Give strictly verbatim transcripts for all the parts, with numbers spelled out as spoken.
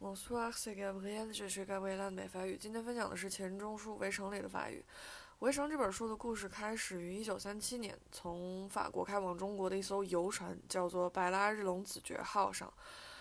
Bonsoir, c'est Gabriel, je suis Gabriel 美法语。今天分享的是钱钟书《围城》里的法语。《围城》这本书的故事开始于一九三七年，从法国开往中国的一艘游船叫做百拉日龙子爵号上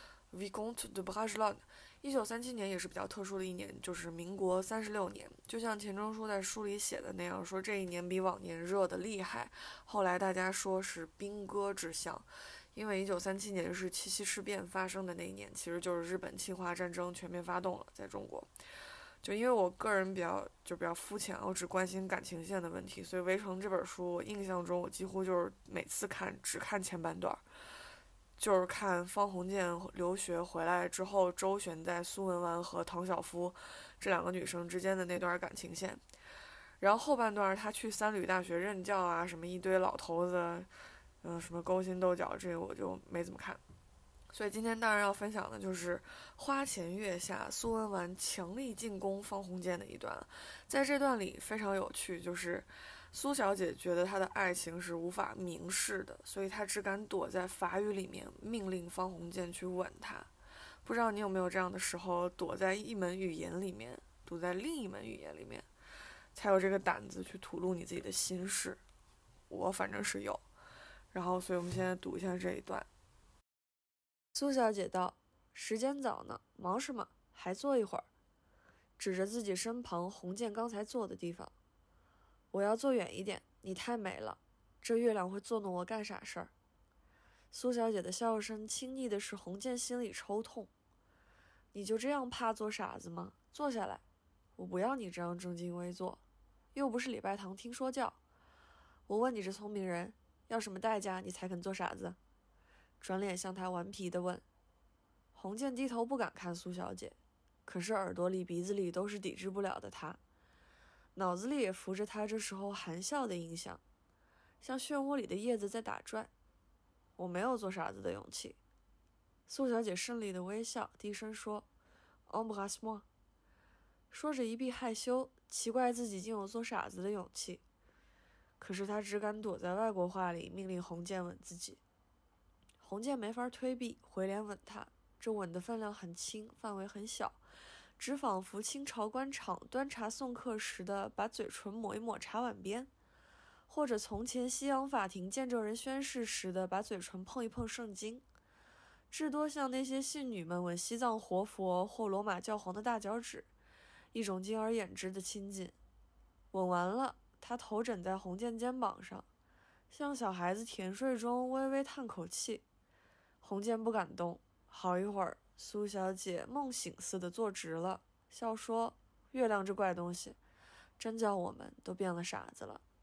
Vicomte de Bragelonne。一九三七年也是比较特殊的一年，就是民国三十六年。就像钱钟书在书里写的那样，说这一年比往年热得厉害。后来大家说是兵戈之象。因为一九三七年是七七事变发生的那一年，其实就是日本侵华战争全面发动了，在中国。就因为我个人比较就比较肤浅，我只关心感情线的问题，所以《围城》这本书，我印象中我几乎就是每次看只看前半段，就是看方鸿渐留学回来之后周旋在苏文纨和唐晓夫这两个女生之间的那段感情线。然后后半段他去三旅大学任教啊，什么一堆老头子。嗯，什么勾心斗角，这个我就没怎么看。所以今天当然要分享的就是花前月下苏文纨强力进攻方鸿渐的一段。在这段里非常有趣，就是苏小姐觉得她的爱情是无法明示的，所以她只敢躲在法语里面命令方鸿渐去吻她。不知道你有没有这样的时候，躲在一门语言里面，躲在另一门语言里面，才有这个胆子去吐露你自己的心事。我反正是有。然后，所以我们现在读一下这一段。苏小姐道：“时间早呢，忙什么？还坐一会儿。”指着自己身旁鸿渐刚才坐的地方：“我要坐远一点，你太美了，这月亮会作弄我干傻事儿。”苏小姐的笑声轻易的使鸿渐心里抽痛。“你就这样怕做傻子吗？坐下来，我不要你这样正襟危坐，又不是礼拜堂听说教。我问你这聪明人。”要什么代价你才肯做傻子？转脸向他顽皮地问。鸿渐低头不敢看苏小姐，可是耳朵里鼻子里都是抵制不了的他，脑子里也浮着他这时候含笑的印象，像漩涡里的叶子在打转。我没有做傻子的勇气。苏小姐胜利的微笑，低声说 Embrasse-moi。 说着一避害羞，奇怪自己竟有做傻子的勇气。可是他只敢躲在外国话里命令鸿渐吻自己。鸿渐没法推避，回脸吻他，这吻的分量很轻，范围很小，只仿佛清朝官场端茶送客时的把嘴唇抹一抹茶碗边，或者从前西洋法庭见证人宣誓时的把嘴唇碰一碰圣经，至多像那些信女们吻西藏活佛或罗马教皇的大脚趾，一种敬而远之的亲近。吻完了，他头枕在鸿渐肩膀上，像小孩子甜睡中微微叹口气。鸿渐不敢动，好一会儿，苏小姐梦醒似的坐直了，笑说：“月亮这怪东西，真叫我们都变了傻子了。”